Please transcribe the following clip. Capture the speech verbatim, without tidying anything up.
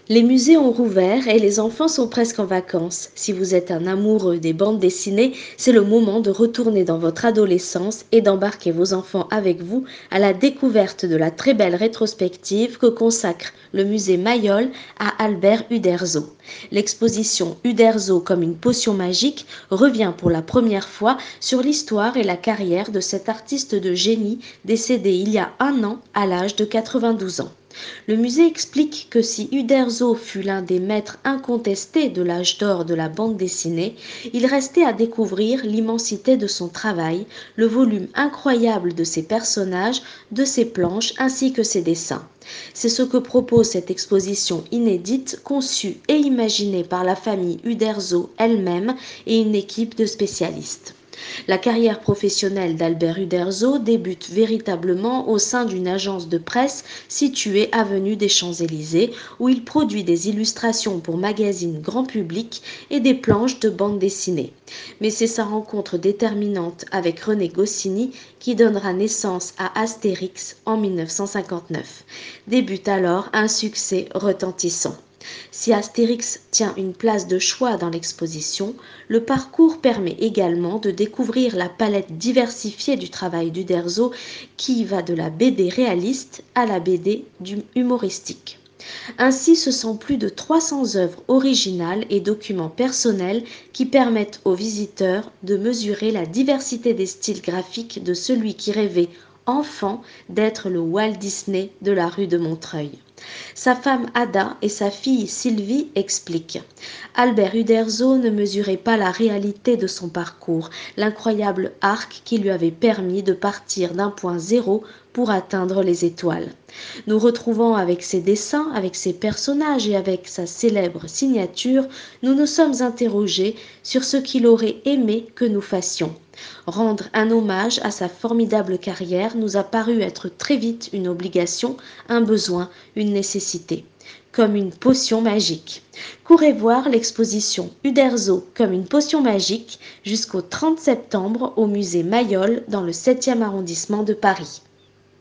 Les musées ont rouvert et les enfants sont presque en vacances. Si vous êtes un amoureux des bandes dessinées, c'est le moment de retourner dans votre adolescence et d'embarquer vos enfants avec vous à la découverte de la très belle rétrospective que consacre le musée Mayol à Albert Uderzo. L'exposition Uderzo comme une potion magique revient pour la première fois sur l'histoire et la carrière de cet artiste de génie décédé il y a un an à l'âge de quatre-vingt-douze ans. Le musée explique que si Uderzo fut l'un des maîtres incontestés de l'âge d'or de la bande dessinée, il restait à découvrir l'immensité de son travail, le volume incroyable de ses personnages, de ses planches ainsi que ses dessins. C'est ce que propose cette exposition inédite conçue et imaginée par la famille Uderzo elle-même et une équipe de spécialistes. La carrière professionnelle d'Albert Uderzo débute véritablement au sein d'une agence de presse située avenue des Champs-Élysées, où il produit des illustrations pour magazines grand public et des planches de bande dessinée. Mais c'est sa rencontre déterminante avec René Goscinny qui donnera naissance à Astérix en mille neuf cent cinquante-neuf. Débute alors un succès retentissant. Si Astérix tient une place de choix dans l'exposition, le parcours permet également de découvrir la palette diversifiée du travail d'Uderzo qui va de la B D réaliste à la B D humoristique. Ainsi, ce sont plus de trois cents œuvres originales et documents personnels qui permettent aux visiteurs de mesurer la diversité des styles graphiques de celui qui rêvait enfant d'être le Walt Disney de la rue de Montreuil. Sa femme Ada et sa fille Sylvie expliquent. Albert Uderzo ne mesurait pas la réalité de son parcours, l'incroyable arc qui lui avait permis de partir d'un point zéro pour atteindre les étoiles. Nous retrouvant avec ses dessins, avec ses personnages et avec sa célèbre signature, nous nous sommes interrogés sur ce qu'il aurait aimé que nous fassions. Rendre un hommage à sa formidable carrière nous a paru être très vite une obligation, un besoin, une nécessité, comme une potion magique. Courez voir l'exposition Uderzo comme une potion magique jusqu'au trente septembre au musée Mayol dans le septième arrondissement de Paris.